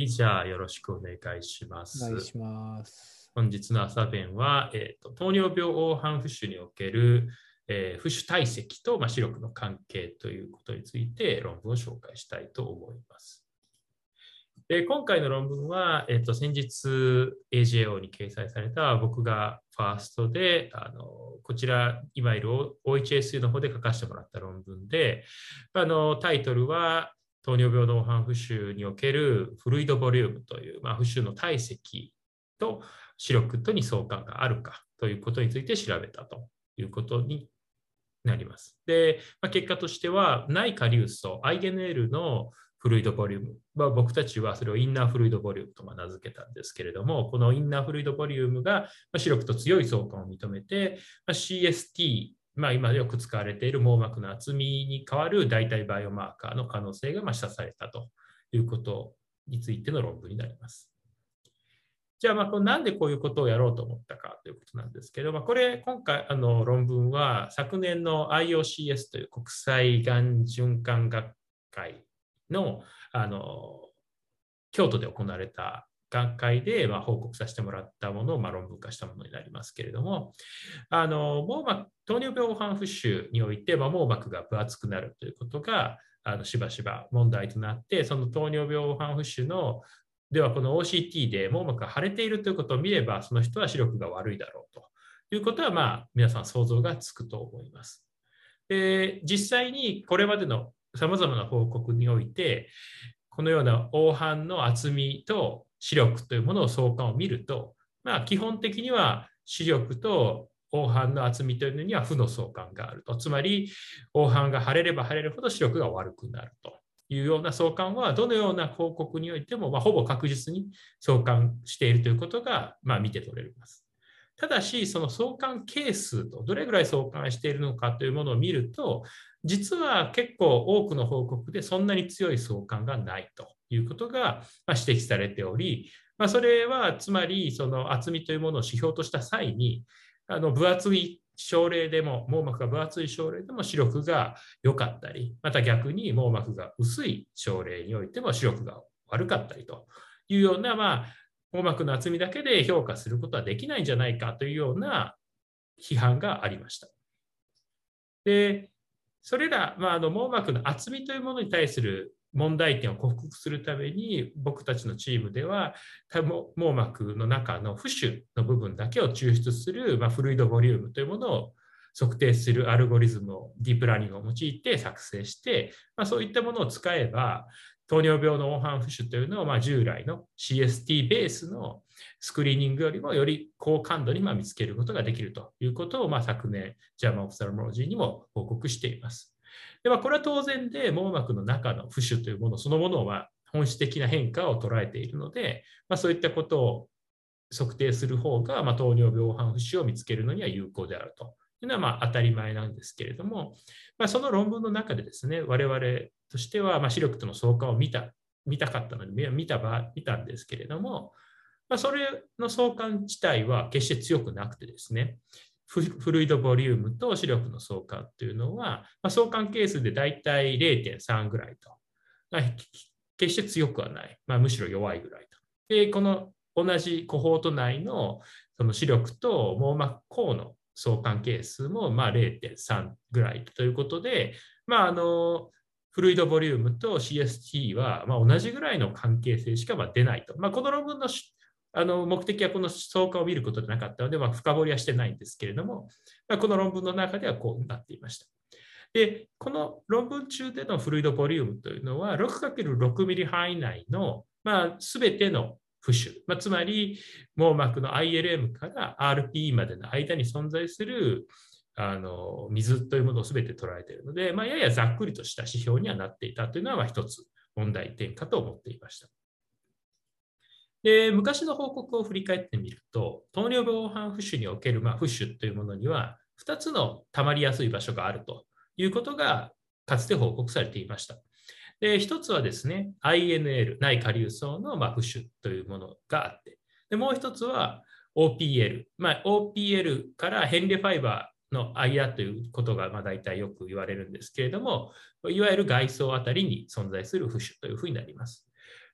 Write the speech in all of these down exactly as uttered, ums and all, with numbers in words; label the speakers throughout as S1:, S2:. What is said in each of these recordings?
S1: い、じゃあよろしくお願いしま
S2: お願い
S1: す。
S2: します。
S1: 本日の朝弁は、えーと、糖尿病黄斑浮腫における、えー、浮腫体積と、まあ、視力の関係ということについて論文を紹介したいと思います。で今回の論文は、えーと、先日 エージェーオー に掲載された僕がファーストで、あのこちら、いわゆる オーエイチエスユー の方で書かせてもらった論文で、あのタイトルは、糖尿病の黄斑浮腫におけるフルイドボリュームという、まあ、浮腫の体積と視力とに相関があるかということについて調べたということになります。で、まあ、結果としては、内下粒素、アイエヌエル のフルイドボリューム、まあ、僕たちはそれをインナーフルイドボリュームと名付けたんですけれども、このインナーフルイドボリュームが視力と強い相関を認めて、シーエスティー、まあ、今よく使われている網膜の厚みに代わる代替バイオマーカーの可能性が示唆されたということについての論文になります。じゃあ、まあこれなんでこういうことをやろうと思ったかということなんですけど、まあ、これ、今回あの論文は昨年の アイオーシーエス という国際がん循環学会の、あの京都で行われた学会でまあ報告させてもらったものをまあ論文化したものになりますけれども、あの網膜糖尿病黄斑浮腫において、まあ、網膜が分厚くなるということがあのしばしば問題となって、その糖尿病黄斑浮腫のではこの オーシーティー で網膜が腫れているということを見れば、その人は視力が悪いだろうということは、まあ、皆さん想像がつくと思います。で、実際にこれまでのさまざまな報告において、このような黄斑の厚みと視力というものを相関を見ると、まあ、基本的には視力と黄斑の厚みというのには負の相関があると。つまり、黄斑が腫れれば腫れるほど視力が悪くなるというような相関は、どのような報告においても、まあ、ほぼ確実に相関しているということが、まあ、見て取れます。ただし、その相関係数とどれぐらい相関しているのかというものを見ると、実は結構多くの報告でそんなに強い相関がないということが指摘されており、まあ、それはつまりその厚みというものを指標とした際に、あの分厚い症例でも、網膜が分厚い症例でも視力が良かったり、また逆に網膜が薄い症例においても視力が悪かったりというような、まあ、網膜の厚みだけで評価することはできないんじゃないかというような批判がありました。で、それら、まあ、あの網膜の厚みというものに対する問題点を克服するために、僕たちのチームでは網膜の中の浮腫の部分だけを抽出する、まあ、フルイドボリュームというものを測定するアルゴリズムをディープラーニングを用いて作成して、まあ、そういったものを使えば糖尿病の黄斑浮腫というのを、まあ、従来の シーエスティー ベースのスクリーニングよりもより高感度にまあ見つけることができるということを、まあ、昨年ジャーマン・オフサルモロジーにも報告しています。でまあ、これは当然で網膜の中の浮腫というものそのものは本質的な変化を捉えているので、まあ、そういったことを測定する方が、まあ、糖尿病黄斑浮腫を見つけるのには有効であるというのはまあ当たり前なんですけれども、まあ、その論文の中でですね、我々としてはまあ視力との相関を見た見たかったので見た場見たんですけれども、まあ、それの相関自体は決して強くなくてですね、フルイドボリュームと視力の相関というのは、まあ、相関係数でだいたい れいてんさん ぐらいと、まあ、決して強くはない、まあ、むしろ弱いぐらいと。で、この同じコホート内のその視力と網膜孔の相関係数もまあ れいてんさん ぐらいということで、まあ、あのフルイドボリュームと シーエスティー はまあ同じぐらいの関係性しかまあ出ないと。まあ、この論文のあの目的はこの相関を見ることでなかったので、まあ、深掘りはしてないんですけれども、まあ、この論文の中ではこうなっていました。で、この論文中でのフルイドボリュームというのは ろくかけるろく ミリ範囲内の、まあ、全ての浮腫、まあ、つまり網膜の アイエルエム から アールピーイー までの間に存在するあの水というものを全て捉えているので、まあ、ややざっくりとした指標にはなっていたというのは一つ問題点かと思っていました。で昔の報告を振り返ってみると、糖尿病黄斑浮腫における、まあ、浮腫というものにはふたつのたまりやすい場所があるということがかつて報告されていました。でひとつはですね、アイエヌエル、内下粒層のまあ浮腫というものがあって、でもうひとつは オーピーエル、まあ、オーピーエル からヘンレファイバーの間ということがまあ大体よく言われるんですけれども、いわゆる外層あたりに存在する浮腫というふうになります。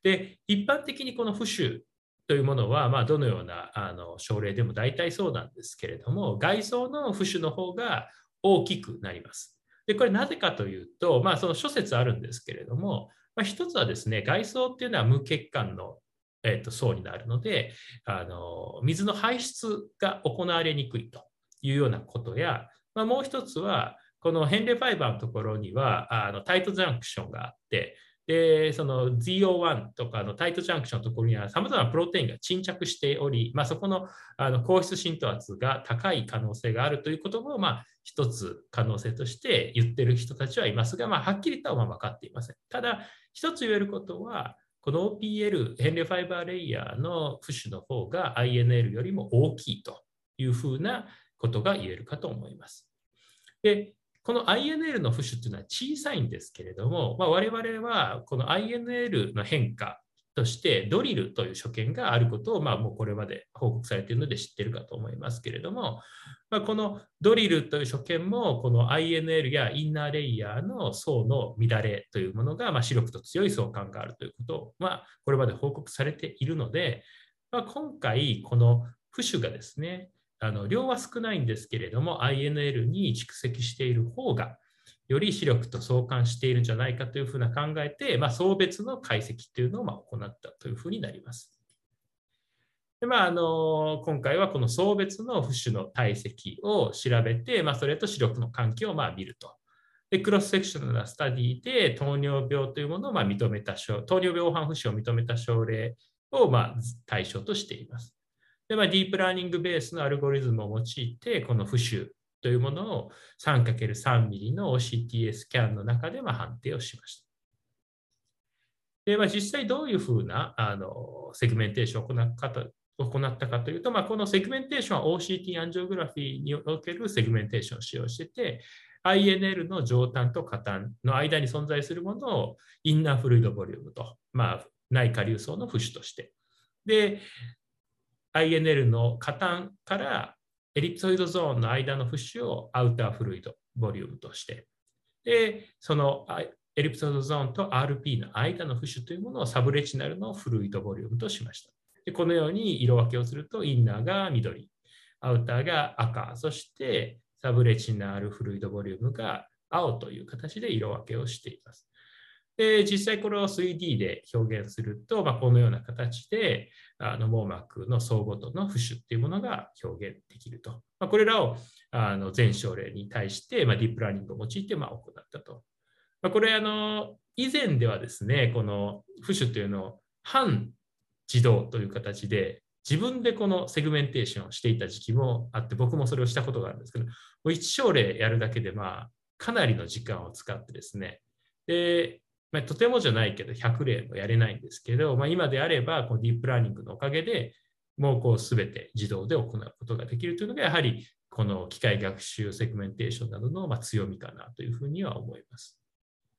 S1: で、一般的にこの浮腫というものは、まあ、どのようなあの症例でも大体そうなんですけれども、外装の浮腫の方が大きくなります。で、これなぜかというと、まあ、その諸説あるんですけれども、まあ、一つはですね、外装っていうのは無血管の、えーと、層になるので、あの水の排出が行われにくいというようなことや、まあ、もう一つは、このヘンレファイバーのところにはあのタイトジャンクションがあって、で、その ゼットワン とかのタイトジャンクションのところには様々なプロテインが沈着しており、まあ、そこのあの高質浸透圧が高い可能性があるということも、まあ、一つ可能性として言ってる人たちはいますが、まあ、はっきりとはまあ分かっていません。ただ、一つ言えることは、この オーピーエル、ヘンレファイバーレイヤーの浮腫の方が アイエヌエル よりも大きいというふうなことが言えるかと思います。で、この アイエヌエル の浮腫というのは小さいんですけれども、まあ、我々はこの アイエヌエル の変化としてドリルという所見があることを、まあ、もうこれまで報告されているので知っているかと思いますけれども、まあ、このドリルという所見もこの アイエヌエル やインナーレイヤーの層の乱れというものが、まあ、白くと強い相関があるということはこれまで報告されているので、まあ、今回この浮腫がですね、あの量は少ないんですけれども アイエヌエル に蓄積している方がより視力と相関しているんじゃないかというふうな考えて、まあ、層別の解析というのをまあ行ったというふうになります。でまあ、あの今回はこの層別の浮腫の体積を調べて、まあ、それと視力の関係をまあ見ると。でクロスセクショナルなスタディで糖尿病というものをまあ認めた症、糖尿病黄斑浮腫を認めた症例をまあ対象としています。で、まあ、ディープラーニングベースのアルゴリズムを用いて、この浮腫というものを さんかけるさんミリの オーシーティーエー スキャンの中でまあ判定をしました。で、まあ、実際どういうふうなあのセグメンテーションを行ったかと行ったかというと、まあ、このセグメンテーションは オーシーティー アンジオグラフィーにおけるセグメンテーションを使用していて、アイエヌエル の上端と下端の間に存在するものをインナーフルイドボリュームと、まあ、内下流層の浮腫として、で、アイエヌエル の下端からエリプソイドゾーンの間の浮腫をアウターフルイドボリュームとして、で、そのエリプソイドゾーンと アールピー の間の浮腫というものをサブレチナルのフルイドボリュームとしました。でこのように色分けをすると、インナーが緑、アウターが赤、そしてサブレチナルフルイドボリュームが青という形で色分けをしています。で実際これを スリーディー で表現すると、まあ、このような形であの網膜の層ごとの浮腫というものが表現できると。まあ、これらをあの全症例に対して、まあ、ディープラーニングを用いてまあ行ったと。まあ、これあの以前ではですね、この浮腫というのを半自動という形で自分でこのセグメンテーションをしていた時期もあって、僕もそれをしたことがあるんですけど、もういち症例やるだけでまあかなりの時間を使ってですね、でまあ、とてもじゃないけどひゃく例もやれないんですけど、まあ、今であればこうディープラーニングのおかげでもうこう全て自動で行うことができるというのがやはりこの機械学習セグメンテーションなどのまあ強みかなというふうには思います。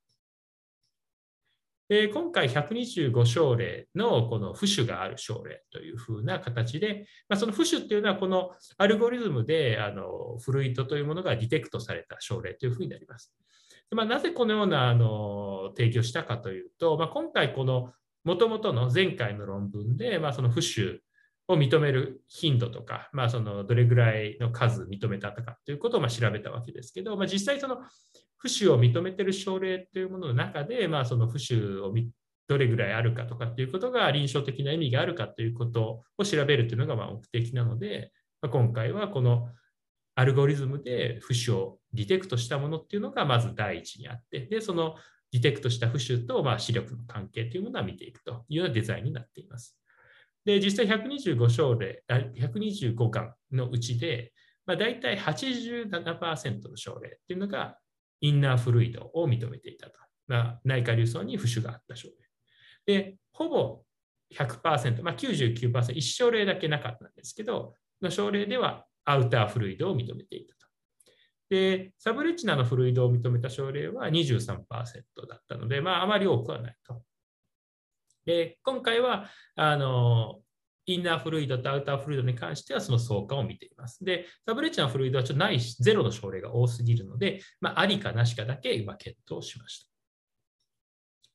S1: で今回ひゃくにじゅうご症例のこの浮腫がある症例というふうな形で、まあ、その浮腫っていうのはこのアルゴリズムであのフルイドというものがディテクトされた症例というふうになります。まあ、なぜこのようなあの提供したかというと、まあ、今回この元々の前回の論文で、まあ、その浮腫を認める頻度とか、まあ、そのどれぐらいの数認めたかということをまあ調べたわけですけど、まあ、実際その浮腫を認めている症例というものの中で、まあ、その浮腫をどれぐらいあるかとかということが臨床的な意味があるかということを調べるというのがまあ目的なので、まあ、今回はこのアルゴリズムで浮腫をディテクトしたものっていうのがまず第一にあって、で、そのディテクトした浮腫とまあ視力の関係というものは見ていくというようなデザインになっています。で、実際ひゃくにじゅうご症例、ひゃくにじゅうごがんのうちで、まあ、大体 はちじゅうななパーセント の症例っていうのがインナーフルイドを認めていたと。まあ、内下流層に浮腫があった症例。で、ほぼ ひゃくパーセント、まあ、きゅうじゅうきゅうパーセント、いち症例だけなかったんですけど、の症例ではアウターフルイドを認めていたと。で、サブレチナのフルイドを認めた症例は にじゅうさんパーセント だったので、まあ、あまり多くはないと。で、今回は、あの、インナーフルイドとアウターフルイドに関してはその相関を見ています。で、サブレチナのフルイドはちょっとないし、ゼロの症例が多すぎるので、まあ、ありかなしかだけ今検討しました。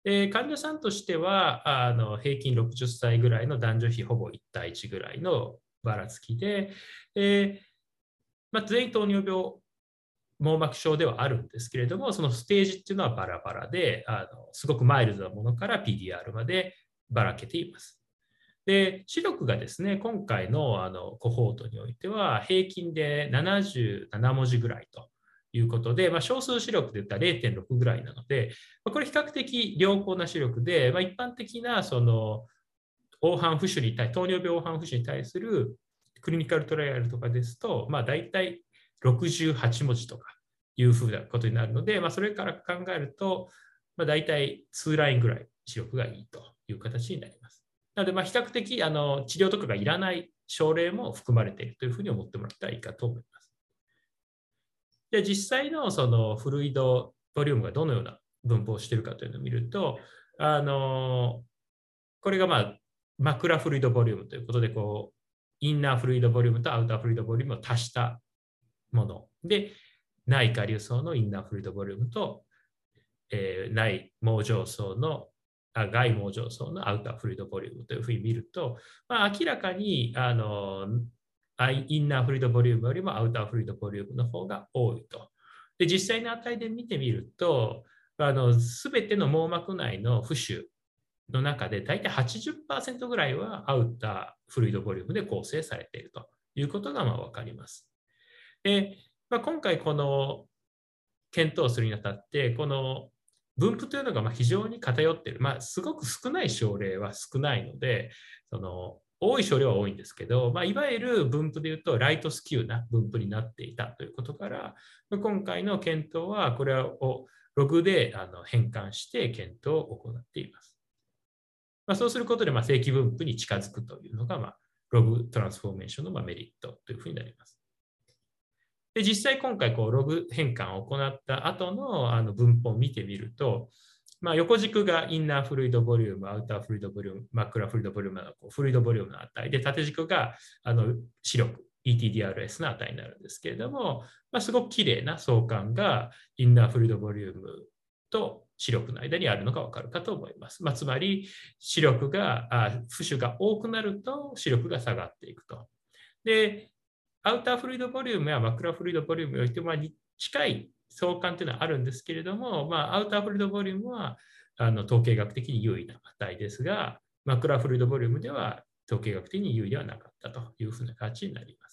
S1: えー患者さんとしてはあの平均ろくじゅっさいぐらいの男女比ほぼいち対いちぐらいのばらつきで、えーまあ、全員糖尿病網膜症ではあるんですけれども、そのステージっていうのはバラバラで、あのすごくマイルドなものから ピーディーアール までばらけています。で、視力がですね、今回のあのコホートにおいては平均でななじゅうなな文字ぐらいということで、まあ、少数視力で言ったら れいてんろく ぐらいなので、まあ、これ比較的良好な視力で、まあ、一般的なその黄斑浮腫に対、糖尿病黄斑浮腫に対するクリニカルトライアルとかですと、まあ、大体ろくじゅうはち文字とかいうふうなことになるので、まあ、それから考えると、まあ、大体にラインぐらい視力がいいという形になります。なので、まあ比較的あの治療とかがいらない症例も含まれているというふうに思ってもらったらいいかと思います。で、実際のそのフルイドボリュームがどのような分布をしているかというのを見ると、あのこれが、まあ、マクラフルイドボリュームということで、こうインナーフルイドボリュームとアウターフルイドボリュームを足したもので、内下流層のインナーフルイドボリュームと、えー、内網状層のあ外網状層のアウターフルイドボリュームというふうに見ると、まあ、明らかにあのインナーフルイドボリュームよりもアウターフルイドボリュームの方が多いと。で、実際の値で見てみると、あの全ての網膜内の浮腫の中で大体 はちじゅっパーセント ぐらいはアウターフルイドボリュームで構成されているということがまあ分かります。で、まあ、今回この検討するにあたって、この分布というのがまあ非常に偏っている、まあ、すごく少ない症例は少ないので、その多い症例は多いんですけど、まあ、いわゆる分布でいうとライトスキューな分布になっていたということから、今回の検討はこれをログであの変換して検討を行っています。まあ、そうすることでまあ正規分布に近づくというのが、まあ、ログトランスフォーメーションのまあメリットというふうになります。で、実際今回こうログ変換を行った後のあの分布を見てみると、まあ、横軸がインナーフルイドボリューム、アウターフルイドボリューム、マクラフルイドボリュームのこうフルイドボリュームの値で、縦軸があの視力、イーティーディーアールエス の値になるんですけれども、まあ、すごく綺麗な相関がインナーフルイドボリュームと視力の間にあるのが分かるかと思います。まあ、つまり、視力が、あ浮腫が多くなると視力が下がっていくと。で、アウターフルイドボリュームやマクラフルイドボリュームにおいても近い相関というのはあるんですけれども、まあ、アウターフルイドボリュームはあの統計学的に優位な値ですが、マクラフルイドボリュームでは統計学的に優位ではなかったというふうな形になります。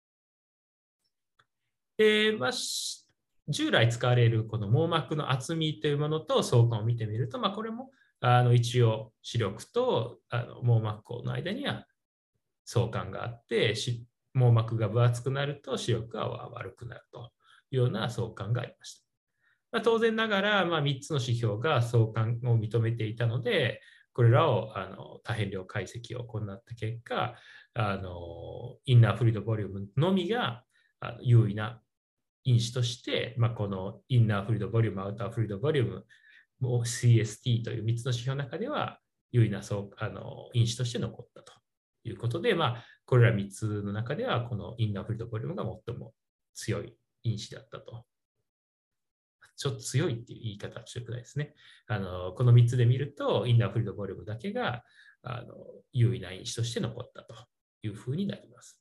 S1: で、まあ、従来使われるこの網膜の厚みというものと相関を見てみると、まあ、これもあの一応視力とあの網膜孔の間には相関があって、網膜が分厚くなると視力が悪くなるというような相関がありました。まあ、当然ながら、まあ、みっつの指標が相関を認めていたので、これらをあの多変量解析を行った結果、あのインナーフルイドボリュームのみがあの優位な因子として、まあ、このインナーフルイドボリューム、アウターフルイドボリューム、シーエスティー というみっつの指標の中では優位なあの因子として残ったということで、まあ、これらみっつの中ではこのインナーフルイドボリュームが最も強い因子だったと。ちょっと強いっていう言い方は強くないですね。あのこのみっつで見ると、インナーフルイドボリュームだけがあの優位な因子として残ったというふうになります。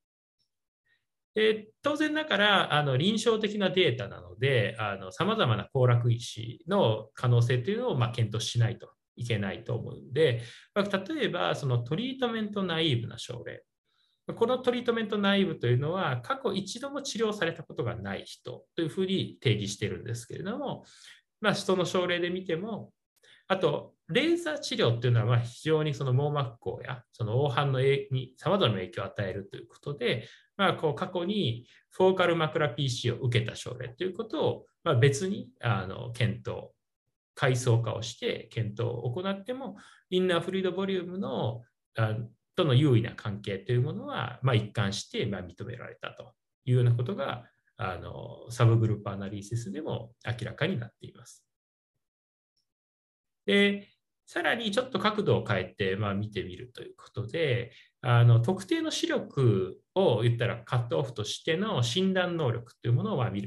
S1: で当然ながらあの臨床的なデータなので、さまざまな行楽因子の可能性というのをまあ検討しないといけないと思うので、まあ、例えばそのトリートメントナイーブな症例、このトリートメントナイーブというのは、過去一度も治療されたことがない人というふうに定義しているんですけれども、まあ、人の症例で見ても、あと、レーザー治療っていうのはまあ非常にその網膜孔やその黄斑のにさまざまな影響を与えるということで、まあ、こう過去にフォーカルマクラ ピーシー を受けた症例ということをまあ別にあの検討、階層化をして検討を行っても、インナーフルイドボリュームのとの優位な関係というものは、まあ、一貫してまあ認められたというようなことがあのサブグループアナリシスでも明らかになっています。で、さらにちょっと角度を変えてまあ見てみるということで、あの特定の視力を言ったらカットオフとしての診断能力というものをまあ見ると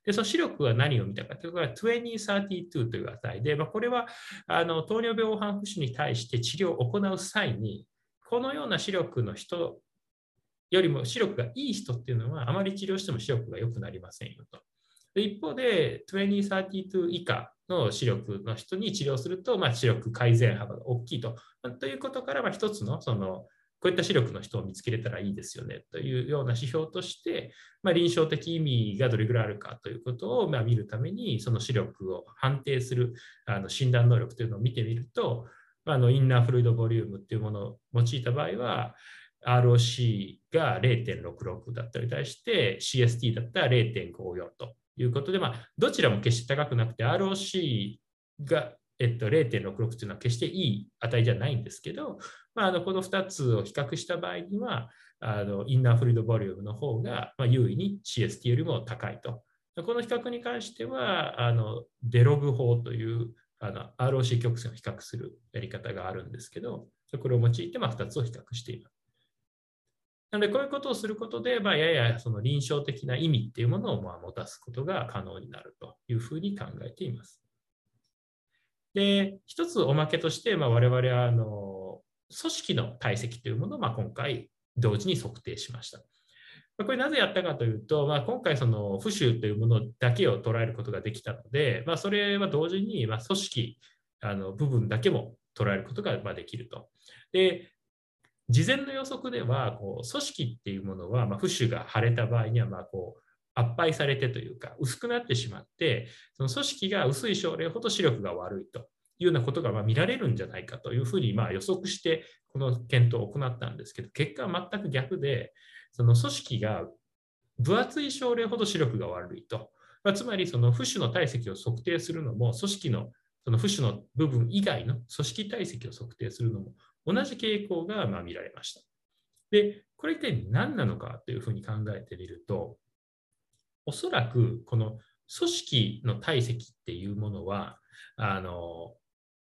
S1: で、その視力は何を見たかというと、にせんさんじゅうにという値で、まあ、これはあの糖尿病黄斑浮腫に対して治療を行う際に、このような視力の人よりも視力がいい人っていうのは、あまり治療しても視力が良くなりませんよと。で一方で、にせんさんじゅうに以下の視力の人に治療すると、まあ、視力改善幅が大きいと。ということから、まあ、一つのそのこういった視力の人を見つけれたらいいですよねというような指標として、まあ、臨床的意味がどれぐらいあるかということをまあ見るために、その視力を判定するあの診断能力というのを見てみると、あのインナーフルイドボリュームというものを用いた場合は、アールオーシー が れいてんろくろく だったりに対して シーエスティー だったら れいてんごよん ということで、まあ、どちらも決して高くなくて アールオーシー が、えっと、れいてんろくろく というのは決していい値じゃないんですけど、まあ、あのこのふたつを比較した場合にはあのインナーフルイドボリュームの方が、まあ、優位に シーエスティー よりも高いと。この比較に関してはあのデログ法というあの アールオーシー 曲線を比較するやり方があるんですけど、これを用いてまあふたつを比較しています。なので、こういうことをすることで、まあ、ややその臨床的な意味っていうものをまあ持たすことが可能になるというふうに考えています。で、一つおまけとして、まあ、我々はあの組織の体積というものをまあ今回同時に測定しました。これなぜやったかというと、まあ、今回その浮腫というものだけを捉えることができたので、まあ、それは同時にまあ組織あの部分だけも捉えることがまあできると。で、事前の予測ではこう組織っていうものは、まあ、浮腫が腫れた場合にはまあこう圧敗されてというか薄くなってしまって、その組織が薄い症例ほど視力が悪いというようなことがまあ見られるんじゃないかというふうにまあ予測してこの検討を行ったんですけど、結果は全く逆で、その組織が分厚い症例ほど視力が悪いと。まあ、つまりその浮腫の体積を測定するのも、組織のその浮腫の部分以外の組織体積を測定するのも同じ傾向がまあ見られました。で、これ一体何なのかというふうに考えてみると、おそらくこの組織の体積っていうものは、あの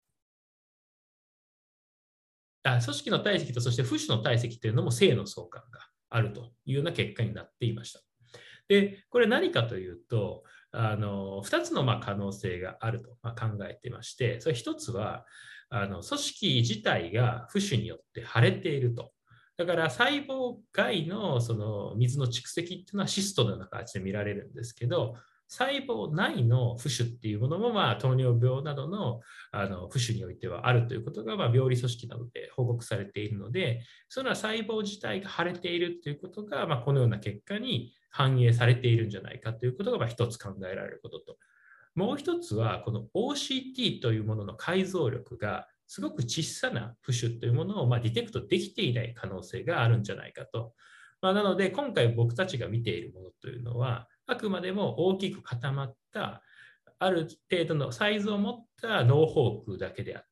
S1: あ組織の体積とそして浮腫の体積というのも正の相関があるというような結果になっていました。で、これ何かというと、あのふたつのまあ可能性があるとまあ考えていまして、それひとつはあの組織自体が浮腫によって腫れていると。だから細胞外のその水の蓄積っていうのはシストのような形で見られるんですけど、細胞内の浮腫っていうものもまあ糖尿病などのあの浮腫においてはあるということがまあ病理組織などで報告されているので、その細胞自体が腫れているということがまあこのような結果に反映されているんじゃないかということがまあ一つ考えられることと、もう一つはこの オーシーティー というものの解像力がすごく小さな浮腫というものをまあディテクトできていない可能性があるんじゃないかと。まあ、なので今回僕たちが見ているものというのはあくまでも大きく固まったある程度のサイズを持った脳胞窟だけであって、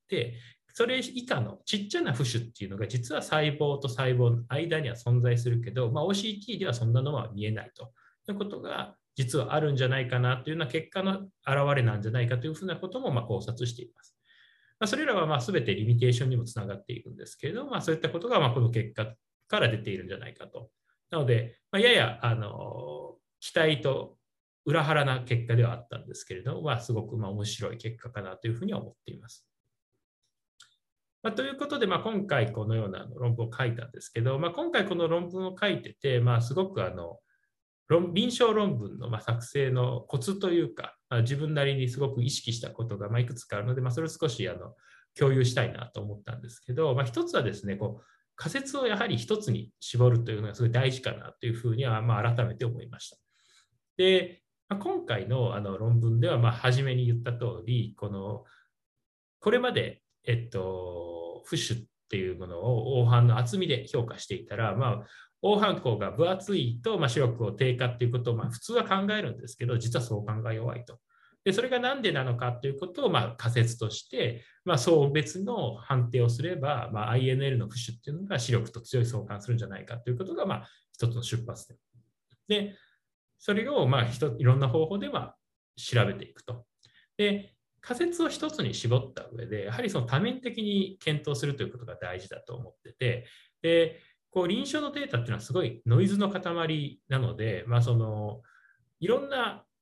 S1: それ以下のちっちゃな浮腫っていうのが実は細胞と細胞の間には存在するけど、まあ、オーシーティー ではそんなのは見えないということが実はあるんじゃないかなというような結果の表れなんじゃないかというふうなこともまあ考察しています。まあ、それらはまあ全てリミテーションにもつながっているんですけれども、まあ、そういったことがまあこの結果から出ているんじゃないかと。なので、まあ、ややあの期待と裏腹な結果ではあったんですけれども、まあ、すごくまあ面白い結果かなというふうには思っています。まあ、ということで、まあ、今回このような論文を書いたんですけど、まあ、今回この論文を書いてて、まあ、すごくあの論臨床論文のまあ作成のコツというか、まあ、自分なりにすごく意識したことがまあいくつかあるので、まあ、それを少しあの共有したいなと思ったんですけど、まあ、一つはですね、こう仮説をやはり一つに絞るというのがすごい大事かなというふうにはまあ改めて思いました。で、まあ、今回のあの論文ではまあ初めに言った通り、このこれまで、えっと、浮腫っていうものを黄斑の厚みで評価していたら、まあ、黄斑孔が分厚いと、まあ、視力を低下っていうことをまあ普通は考えるんですけど、実は相関が弱いと。でそれが何でなのかということをまあ仮説として、まあ、層別の判定をすれば、まあ、アイエヌエル の浮腫っていうのが視力と強い相関するんじゃないかということがまあ一つの出発点。で、それをまあいろんな方法でまあ調べていくと。で、仮説を一つに絞った上で、やはりその多面的に検討するということが大事だと思ってて、で、こう臨床のデータっていうのはすごいノイズの塊なので、まあ、そのいろんな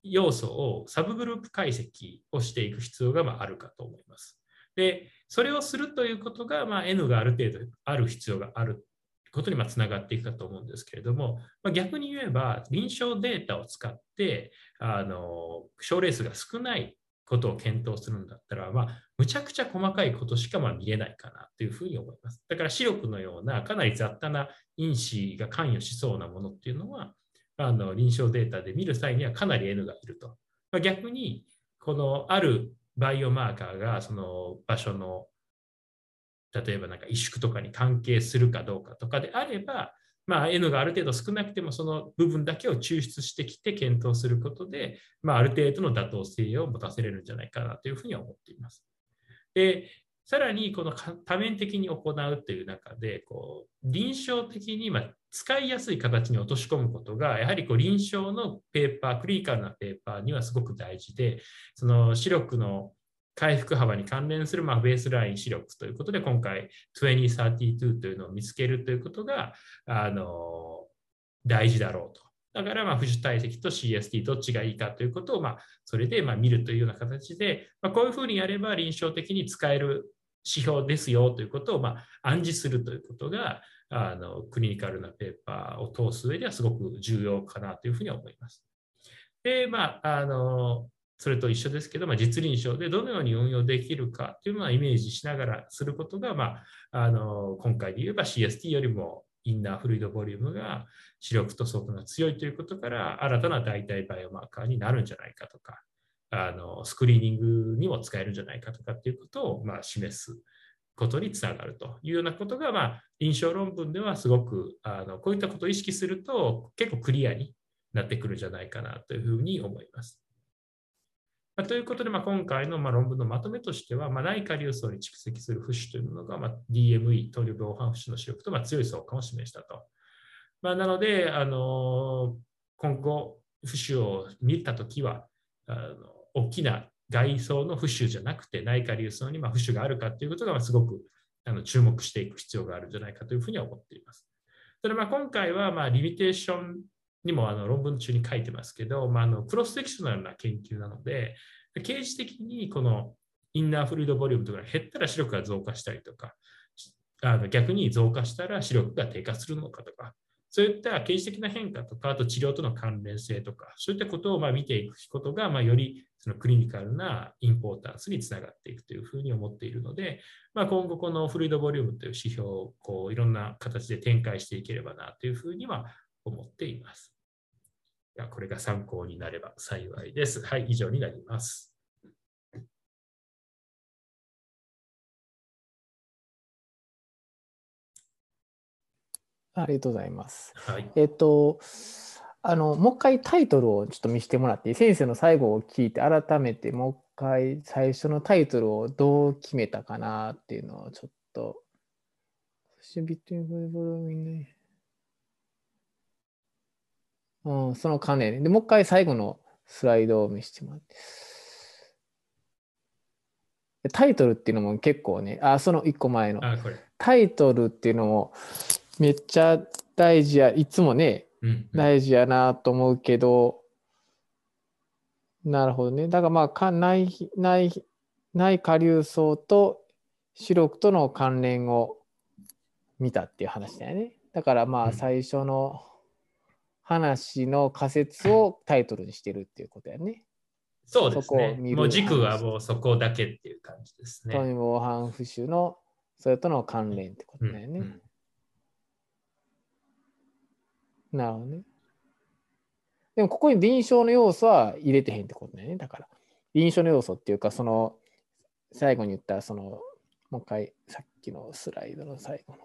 S1: 要素をサブグループ解析をしていく必要がまああるかと思います。で、それをするということが、まあ、N がある程度ある必要があることにつながっていくかと思うんですけれども、まあ、逆に言えば臨床データを使ってあの症例数が少ないことを検討するんだったら、まあ、むちゃくちゃ細かいことしかまあ見えないかなというふうに思います。だから視力のようなかなり雑多な因子が関与しそうなものっていうのは、あの臨床データで見る際にはかなり N がいると。まあ、逆に、このあるバイオマーカーがその場所の例えばなんか萎縮とかに関係するかどうかとかであれば、まあ、N がある程度少なくてもその部分だけを抽出してきて検討することで、まあ、ある程度の妥当性を持たせれるんじゃないかなというふうには思っています。で、さらにこの多面的に行うという中で、こう臨床的に使いやすい形に落とし込むことが、やはりこう臨床のペーパー、クリニカルなペーパーにはすごく大事で、その視力の回復幅に関連するまあベースライン視力ということで、今回にせんさんじゅうにというのを見つけるということがあの大事だろうと。だからまあ、浮腫体積と シーエスティー どっちがいいかということをまあそれでまあ見るというような形で、まあ、こういうふうにやれば臨床的に使える指標ですよということをまあ暗示するということが、あのクリニカルなペーパーを通す上ではすごく重要かなというふうに思います。で、まあ、あのそれと一緒ですけど、まあ、実臨床でどのように運用できるかというのはイメージしながらすることが、まあ、あの今回で言えば シーエスティー よりもインナーフルイドボリュームが視力と相関が強いということから、新たな代替バイオマーカーになるんじゃないかとか、あのスクリーニングにも使えるんじゃないかとかっていうことを、まあ、示すことにつながるというようなことが、まあ、臨床論文ではすごくあのこういったことを意識すると結構クリアになってくるんじゃないかなというふうに思います。まあ、ということで、まあ、今回のまあ論文のまとめとしては、まあ、内下流層に蓄積する浮腫というのが、まあ、ディーエムイー、糖尿病反浮腫の視力とまあ強い相関を示したと。まあ、なので、あの今後、浮腫を見たときはあの、大きな外層の浮腫じゃなくて、内下流層にまあ浮腫があるかということがすごくあの注目していく必要があるんじゃないかというふうには思っています。それまあ今回はまあリミテーションにもあの論文中に書いてますけど、まあ、あのクロスセクショナルな研究なので、形式的にこのインナーフルイドボリュームとか減ったら視力が増加したりとか、あの逆に増加したら視力が低下するのかとか、そういった形式的な変化とか、あと治療との関連性とか、そういったことをまあ見ていくことが、まあよりそのクリニカルなインポータンスにつながっていくというふうに思っているので、まあ、今後このフルイドボリュームという指標をこういろんな形で展開していければなというふうには思っています。これが参考になれば幸いです。はい、以上になります。
S2: ありがとうございます。
S1: はい、
S2: えっと、あの、もう一回タイトルをちょっと見せてもらって、先生の最後を聞いて、改めてもう一回最初のタイトルをどう決めたかなっていうのをちょっと、うん、その関連で、もう一回最後のスライドを見せてもらって。タイトルっていうのも結構ね、あ、その一個前の。
S1: あこれ
S2: タイトルっていうのもめっちゃ大事や、いつもね、
S1: うんうん、
S2: 大事やなと思うけど、なるほどね。だからまあ、か内内内下流層と視力との関連を見たっていう話だよね。だからまあ、最初の話の仮説をタイトルにしてるっていうことやね。
S1: そうですね。もう軸はもうそこだけっていう感じですね。
S2: 糖尿病反浮腫のそれとの関連ってことだよね。
S1: うん
S2: うん、なるほどね。でもここに臨床の要素は入れてへんってことだよね。だから臨床の要素っていうか、その最後に言ったそのもう一回さっきのスライドの最後の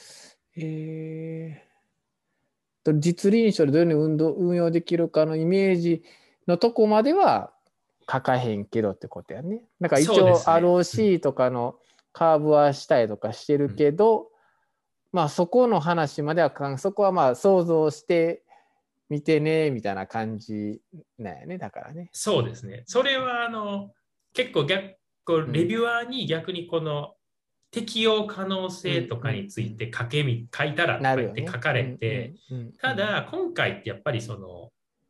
S2: えー、実臨床でどういうふうに運動運用できるかのイメージのとこまでは書かへんけどってことやね。だから一応 アールオーシー とかのカーブはしたりとかしてるけど、うん、まあそこの話まではかん、そこはまあ想像してみてねみたいな感じなんやね。だからね。
S1: そうですね。それはあの結構逆こうレビュアーに逆にこの適用可能性とかについて書けみ、書いたらとか言って書かれて、ただ今回ってやっぱりその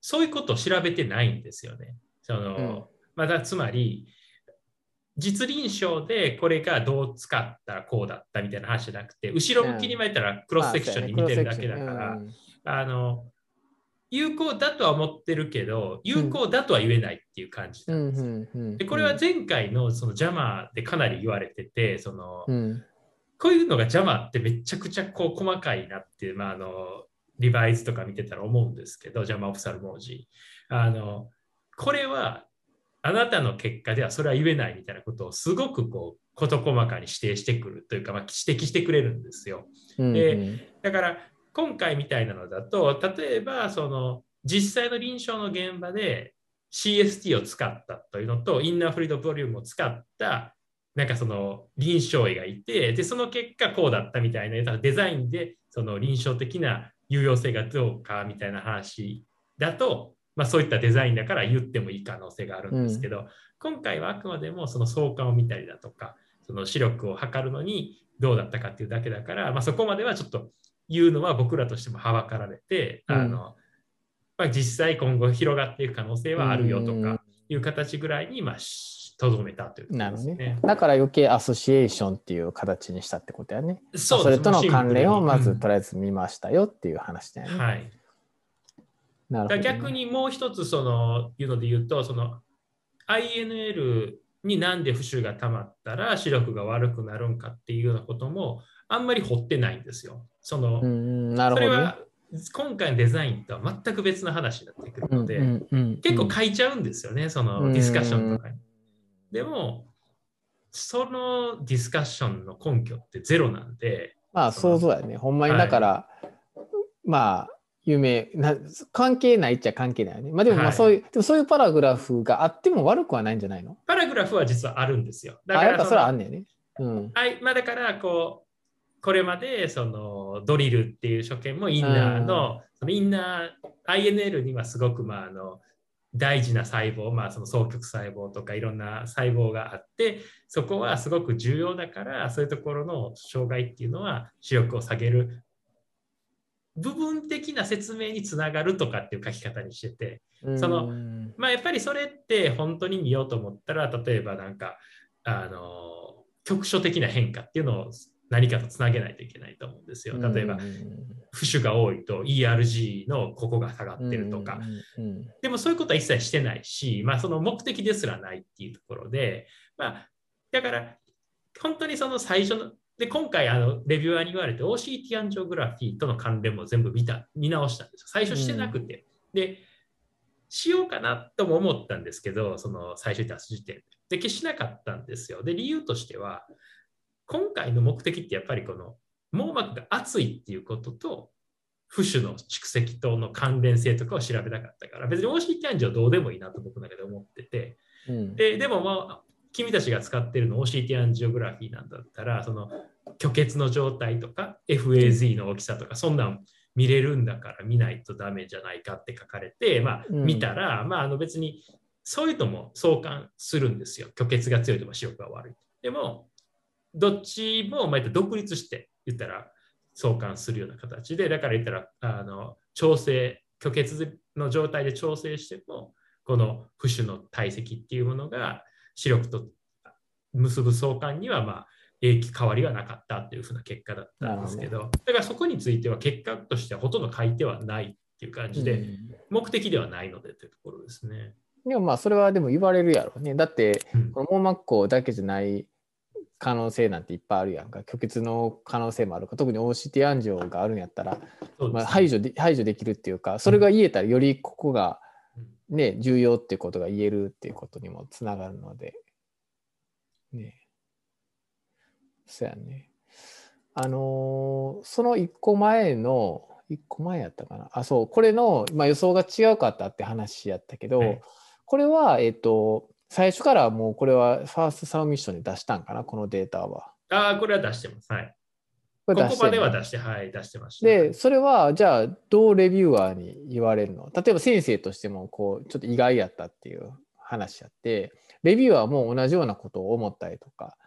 S1: そういうことを調べてないんですよね。その、うん、まだつまり、実臨床でこれがどう使ったらこうだったみたいな話じゃなくて、後ろ向きに巻いたらクロスセクションに見てるだけだから、あの、有効だとは思ってるけど、有効だとは言えないっていう感じなんですよ。で、これは前回のそのジャマーでかなり言われてて、その、うん、こういうのがジャマーってめちゃくちゃこう細かいなって、まあ、あの、リバイズとか見てたら思うんですけど、ジャマーオフサルモージー。あの、これは、あなたの結果ではそれは言えないみたいなことをすごくこう事細かに指定してくるというか、まあ、指摘してくれるんですよ。うんうん、でだから今回みたいなのだと、例えばその実際の臨床の現場で シーエスティー を使ったというのとインナーフルイドボリュームを使ったなんかその臨床医がいて、でその結果こうだったみたいなデザインでその臨床的な有用性がどうかみたいな話だと、まあ、そういったデザインだから言ってもいい可能性があるんですけど、うん、今回はあくまでもその相関を見たりだとか、その視力を測るのにどうだったかっていうだけだから、まあ、そこまではちょっと言うのは僕らとしてもはばかられて、うん、あのまあ、実際今後広がっていく可能性はあるよとかいう形ぐらいにまあとどめたということですね。なるほどね。
S2: だから余計アソシエーションっていう形にしたってことやね。そう、それとの関連をまずとりあえず見ましたよっていう話だよね。
S1: うん、はい。なるほどね。逆にもう一つそのいうので言うと、その アイエヌエル になんで浮腫が溜まったら視力が悪くなるんかっていうようなこともあんまり掘ってないんですよ。その、うん、なるほどね。それは今回のデザインとは全く別の話になってくるので、うんうんうんうん、結構書いちゃうんですよね、そのディスカッションとかに。でも、そのディスカッションの根拠ってゼロなんで。
S2: まあ、想像やね。ほんまにだから、はい、まあ、有名な、関係ないっちゃ関係ないよね。まあでも、まあそういう、はい、でもそういうパラグラフがあっても悪くはないんじゃないの？
S1: パラグラフは実はあるんですよ。
S2: だから、あ、やっぱそれはあんねんね。
S1: うん。はい、まあだから、こう、これまでそのドリルっていう所見もインナーの、そのインナー アイエヌエル にはすごくまああの大事な細胞、まあ、その双極細胞とかいろんな細胞があって、そこはすごく重要だから、そういうところの障害っていうのは視力を下げる部分的な説明につながるとかっていう書き方にしてて、そのまあ、やっぱりそれって本当に見ようと思ったら、例えばなんかあの局所的な変化っていうのを何かとつなげないといけないと思うんですよ。例えば、浮腫が多いと イーアールジー のここが下がってるとか。でもそういうことは一切してないし、まあ、その目的ですらないっていうところで、まあ、だから、本当にその最初の、で、今回あのレビューアーに言われて オーシーティー アンジオグラフィーとの関連も全部見た、見直したんですよ。最初してなくて。で、しようかなとも思ったんですけど、その最初に出す時点で。で、消しなかったんですよ。で、理由としては、今回の目的ってやっぱりこの網膜が厚いっていうことと浮腫の蓄積との関連性とかを調べたかったから、別に オーシーティー アンジオはどうでもいいなと僕の中で思ってて、うん、で, でもまあ君たちが使ってるの オーシーティー アンジオグラフィーなんだったら、その虚血の状態とか エフエーズイー の大きさとか、そんなん見れるんだから見ないとダメじゃないかって書かれて、まあ、見たら、うん、まあ、あの別にそういうのも相関するんですよ。虚血が強いとか視力が悪い。でもどっちもまあ独立して言ったら相関するような形で、だから言ったらあの調整、虚血の状態で調整しても、この浮腫の体積っていうものが視力と結ぶ相関にはまあ影響変わりはなかったっていうふうな結果だったんですけど、だからそこについては結果としてはほとんど書いてはないっていう感じで、目的ではないのでというところですね。
S2: でもまあそれはでも言われるやろうね。だってこの網膜孔だけじゃない可能性なんていっぱいあるやんか。虚血の可能性もあるか、特に オーシーティー アンジオがあるんやったら、ね、まあ、排除で排除できるっていうか、それが言えたらよりここが、ね、重要っていうことが言えるっていうことにもつながるので、ね、そうやね。あのー、そのいっこまえのいっこまえやったかな、あ、そう、これの、まあ、予想が違うかったって話やったけど、はい、これはえっと最初からもうこれはファーストサブミッションで出したんかな、このデータは。
S1: ああ、これは出してます。はい。ここまでは出して、はい、出してました。
S2: で、それはじゃあどうレビューアーに言われるの？例えば先生としてもこうちょっと意外やったっていう話やって、レビューアーも同じようなことを思ったりとか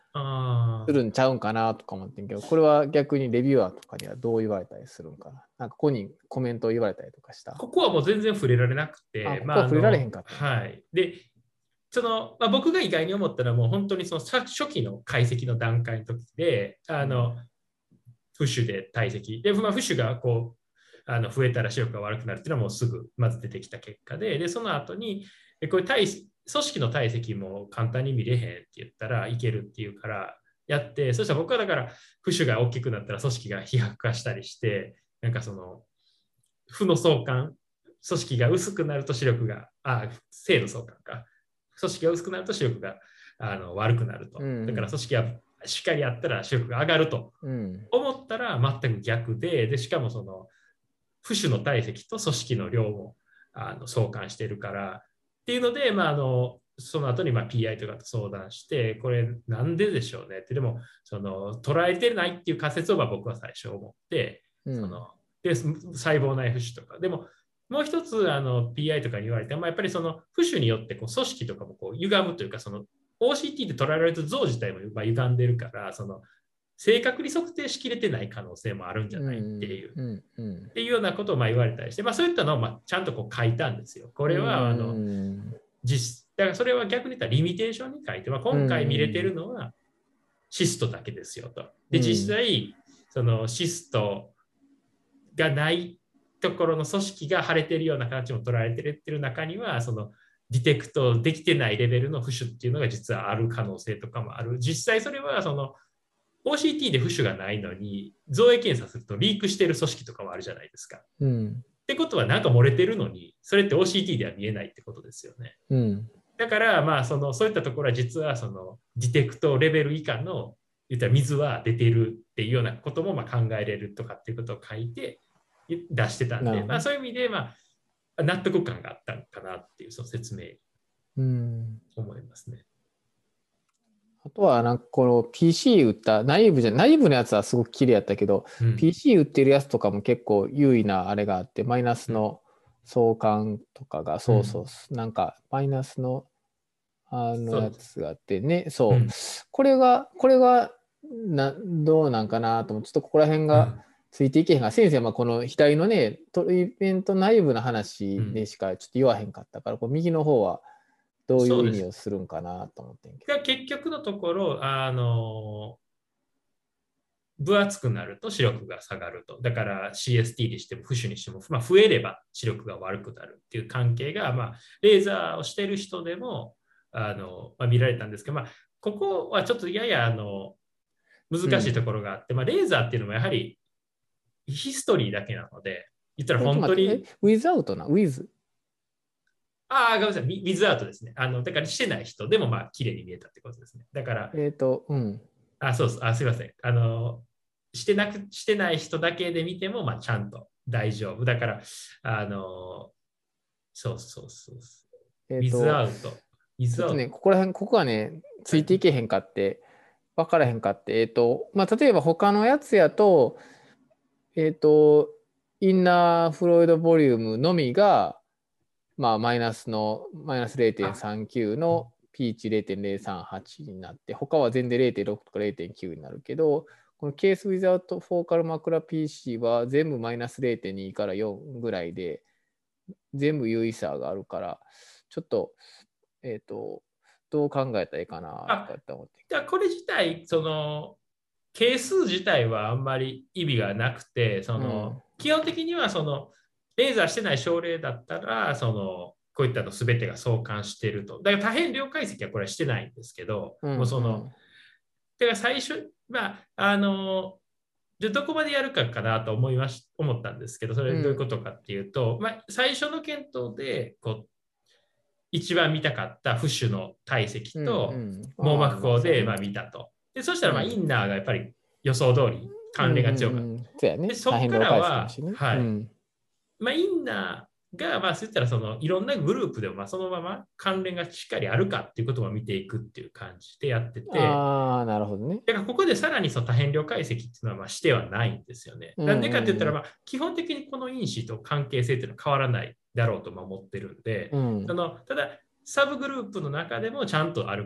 S2: するんちゃうんかなとか思ってんけど、これは逆にレビュアーとかにはどう言われたりするんかな。なんかここにコメントを言われたりとかした。
S1: ここはもう全然触れられなくて、
S2: あ、ここは触れられへんかった、
S1: まあ、はい。で、その、まあ、僕が意外に思ったのはもう本当にその初期の解析の段階の時で、あの、フッシュで堆積。で、まあ、フッシュがこう、あの増えたら視力が悪くなるっていうのはもうすぐまず出てきた結果で、で、その後に、これ体組織の体積も簡単に見れへんって言ったらいけるっていうからやって、そしたら僕はだからフッシュが大きくなったら組織が非白化したりして、なんかその負の相関、組織が薄くなると視力が、あ、正の相関か。組織が薄くなると視力があの悪くなると。だから組織がしっかりやったら視力が上がると思ったら全く逆で、でしかもその浮腫の体積と組織の量もあの相関しているからっていうので、まあ、あのその後にまあ ピーアイ とかと相談して、これなんででしょうねって、でもその捉えてないっていう仮説を僕は最初思って、うん、そので細胞内浮腫とか、でももう一つあの ピーアイ とかに言われて、まあ、やっぱりその浮腫によってこう組織とかもこう歪むというか、その オーシーティー で捉えられると像自体も歪んでるから、その正確に測定しきれてない可能性もあるんじゃないっていう、うんうんうん、っていうようなことをまあ言われたりして、まあ、そういったのをまあちゃんとこう書いたんですよ。これはあの実だからそれは逆に言ったらリミテーションに書いて、まあ、今回見れてるのはシストだけですよと。で実際そのシストがないところの組織が腫れてるような形も捉えてる中には、そのディテクトできてないレベルの浮腫っていうのが実はある可能性とかもある。実際それはそのオーシーティー で浮腫がないのに造影検査するとリークしてる組織とかもあるじゃないですか。うん、ってことはなんか漏れてるのにそれって オーシーティー では見えないってことですよね。うん、だからまあそのそういったところは実はそのディテクトレベル以下の言ったら水は出てるっていうようなこともまあ考えれるとかっていうことを書いて出してたんで、まあ、そういう意味でまあ納得感があったのかなっていうその説明思いますね。
S2: あとはなんかこの ピーシー 売った内部じゃ内部のやつはすごく綺麗やったけど、うん、ピーシー 売ってるやつとかも結構優位なあれがあって、マイナスの相関とかが、うん、そうそう、なんかマイナスのあのやつがあってね、そう、うん、これがこれがなどうなんかなと思って、ちょっとここら辺がついていけへんが、うん、先生はこの左のねイベント内部の話でしかちょっと言わへんかったから、こう右の方はどういう意味をするんかなと思ってんけ
S1: ど。結局のところ、あの、分厚くなると視力が下がると。だから シーエスティー にしても、浮腫にしても、まあ、増えれば視力が悪くなるっていう関係が、まあ、レーザーをしている人でも、あの、まあ、見られたんですけど、まあ、ここはちょっとやや、あの、難しいところがあって、うん、まあ、レーザーっていうのもやはりヒストリーだけなので、言ったら本当に。
S2: ウィズアウトな、ウィズ。
S1: ああ、ごめんなさい、ウィズアウトですね。あの、だからしてない人でも、まあ、綺麗に見えたってことですね。だから、
S2: えっ、ー、と、うん。
S1: あ、そうそう、あ、すいません。あの、してなく、してない人だけで見ても、まあ、ちゃんと大丈夫。だから、あの、そうそうそう。えー、ウィズアウト。ウィズアウト。
S2: ちょっとね、ここら辺、ここがね、ついていけへんかって、分からへんかって、えっ、ー、と、まあ、例えば他のやつやと、えっ、ー、と、インナーフロイドボリュームのみが、まあ、マイナスの、マイナス ゼロてんさんきゅう の ピー値 ゼロてんゼロさんはち になって、他は全然 ゼロてんろく とか ゼロてんきゅう になるけど、このケースウィザートフォーカルマクラ ピーシー は全部マイナス ゼロてんに からよんぐらいで、全部優位差があるから、ちょっと、えっ、ー、と、どう考えたらいいかなとかって思って。
S1: じゃあこれ自体、その、係数自体はあんまり意味がなくて、その、うん、基本的にはその、レーザーしてない症例だったら、その、こういったの全てが相関していると。だから多変量解析はこれはしてないんですけど、うんうん、もうその、だから最初、まあ、あの、じゃどこまでやるかかなと思いまし思ったんですけど、それどういうことかっていうと、うん、まあ、最初の検討でこう一番見たかった浮腫の体積と網膜光でまあ見たと。でそしたらまあインナーがやっぱり予想通り関連が強かった。うんうんうんそね、でそこからは、ねはいうんまあ、インナーが、まあ、そういったらそのいろんなグループでもまあそのまま関連がしっかりあるかっていうことを見ていくっていう感じでやってて、
S2: ああ、なるほどね。
S1: だからここでさらにその多変量解析っていうのはまあしてはないんですよね。なんでかって言ったら、まあ、基本的にこの因子と関係性っていうのは変わらないだろうと思ってるんで、うん、そのただ、サブグループの中でもちゃんとあるか、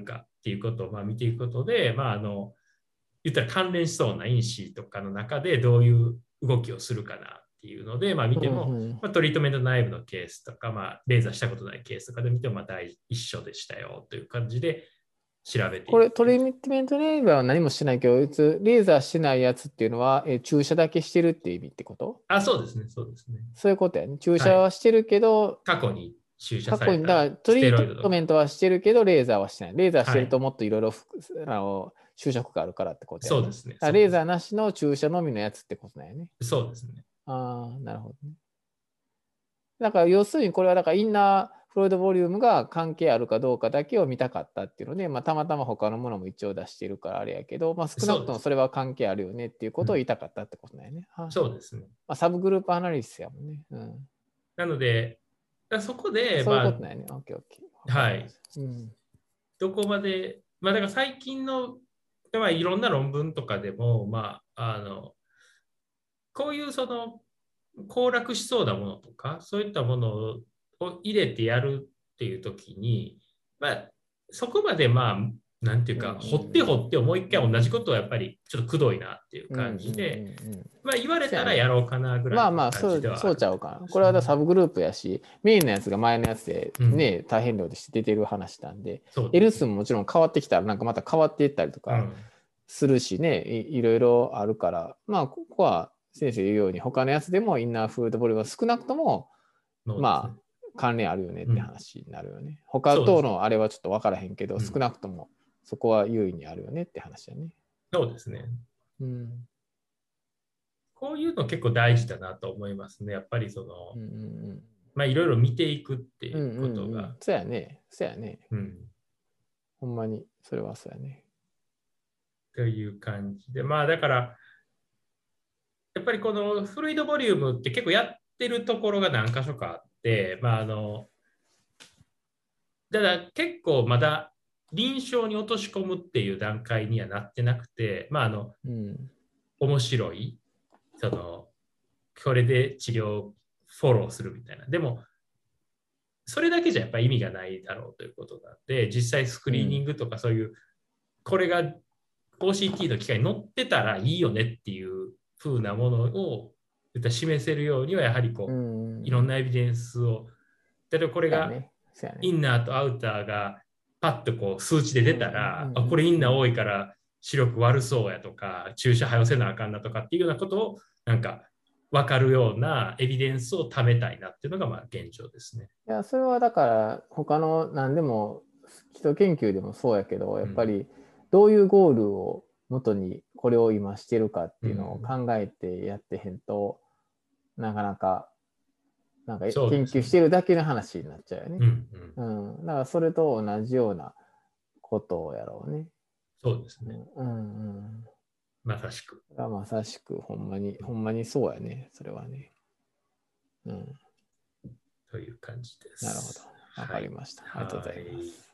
S1: っていうことをまあ見ていくことで、まあ、あの言ったら関連しそうな因子とかの中でどういう動きをするかなっていうので、まあ、見ても、
S2: うんうん
S1: まあ、トリートメント内部のケースとか、まあ、レーザーしたことないケースとかで見てもまあ大一緒でしたよという感じで調べてい
S2: これ、
S1: ってる
S2: トリートメントレーザーは何もしてないけど、レーザーしてないやつっていうのは、えー注射だけしてるっていう意味ってこと？
S1: あ、そうですね、そうですね。
S2: そういうことやね。注射
S1: はい。
S2: はしてるけど、
S1: 過去に注射
S2: 過去に、だ
S1: された
S2: からト
S1: ステ
S2: リー
S1: ロイドとか。
S2: トメントはしてるけど、レーザーはしてない。レーザーしてると
S1: はい。
S2: もっといろいろあの就職があるからってことやね。
S1: そうですね。
S2: だから
S1: そうです
S2: レーザーなしの注射のみのやつってことだよね。
S1: そうですね。
S2: ああ、なるほどね。だから要するにこれはだからインナーフロイドボリュームが関係あるかどうかだけを見たかったっていうので、まあ、たまたま他のものも一応出しているからあれやけど、まあ、少なくともそれは関係あるよねっていうことを言いたかったってことだよね。はあ、
S1: そうですね。
S2: まあ、サブグループアナリシスやもんね。うん、
S1: なので、そこで、
S2: そういう
S1: ま
S2: ことだよね。オッケーオッケー。
S1: あ、はい。
S2: うん、
S1: どこまで、まあ、だから最近の、まあ、いろんな論文とかでも、まあ、あの、こういうその、崩落しそうなものとか、そういったものを入れてやるっていう時に、まあ、そこまでまあ、なんていうか、
S2: うんうんうん
S1: 掘って掘ってもう一回同じことをやっぱりちょっとくどいなっていう
S2: うんうん
S1: 感じで、
S2: うんうん、
S1: まあ言われた
S2: そうやね。
S1: らやろうかなぐらいの
S2: まあまあ、そう、
S1: 感じではあ
S2: そう
S1: ると思い
S2: ちゃうかな。これは
S1: ますね。
S2: サブグループやし、メインのやつが前のやつで
S1: うん、
S2: ね、大変量でして出てる話なんで、
S1: そうです
S2: L 数
S1: ね。
S2: ももちろん変わってきたら、なんかまた変わっていったりとか
S1: うん、
S2: するしね、い、いろいろあるから、まあ、ここは先生言うように、他のやつでもインナーフードボリュームは少なくとも、
S1: そうですね。
S2: まあ、関連あるよねって
S1: うん、
S2: 話になるよね。他
S1: そうですね。
S2: とのあれはちょっと分からへんけど、
S1: うん、
S2: 少なくともそこは優位にあるよねって話だね。
S1: そうですね。
S2: うん。
S1: こういうの結構大事だなと思いますね。やっぱりその、
S2: うんうん
S1: まあいろいろ見ていくって
S2: うん。うん
S1: いうこと
S2: うんうん。
S1: が、
S2: そうやね。そうやね。
S1: うん、
S2: ほんまに、それはそうやね。
S1: という感じで、まあだから、やっぱりこのフルイドボリュームって結構やってるところが何箇所かあって、まああの、ただ結構まだ臨床に落とし込むっていう段階にはなってなくて、まああの、
S2: うん。
S1: 面白い、その、これで治療をフォローするみたいな。でも、それだけじゃやっぱり意味がないだろうということなんで、実際スクリーニングとかそういう、これが オーシーティー の機械に載ってたらいいよねっていう風なものを示せるようには、やはり
S2: う
S1: こう、いろん
S2: ん。
S1: なエビデンスを、例えばこれが
S2: そうやね。そうやね。
S1: インナーとアウターがパッとこう数値で出たら、
S2: うん
S1: あ、これインナー多
S2: うん
S1: いから視力悪そうやとか、注射早せなあかんなとかっていうようなことをなんか分かるようなエビデンスを貯めたいなっていうのがまあ現状ですね。
S2: いや、それはだから、他の何でも、基礎研究でもそうやけど、やっぱりどういうゴールを元にこれを今してるかっていうのを考えてやってへんと、なかなか、なんか研究してるだけの話になっちゃうよね。
S1: うんうん、
S2: うん。だからそれと同じようなことをやろうね。
S1: そうですね。
S2: うんうん。
S1: まさしく。
S2: まさしく、ほんまに、ほんまにそうやね。それはね。うん。
S1: という感じです。
S2: なるほど。わかりました。ありがとうございます。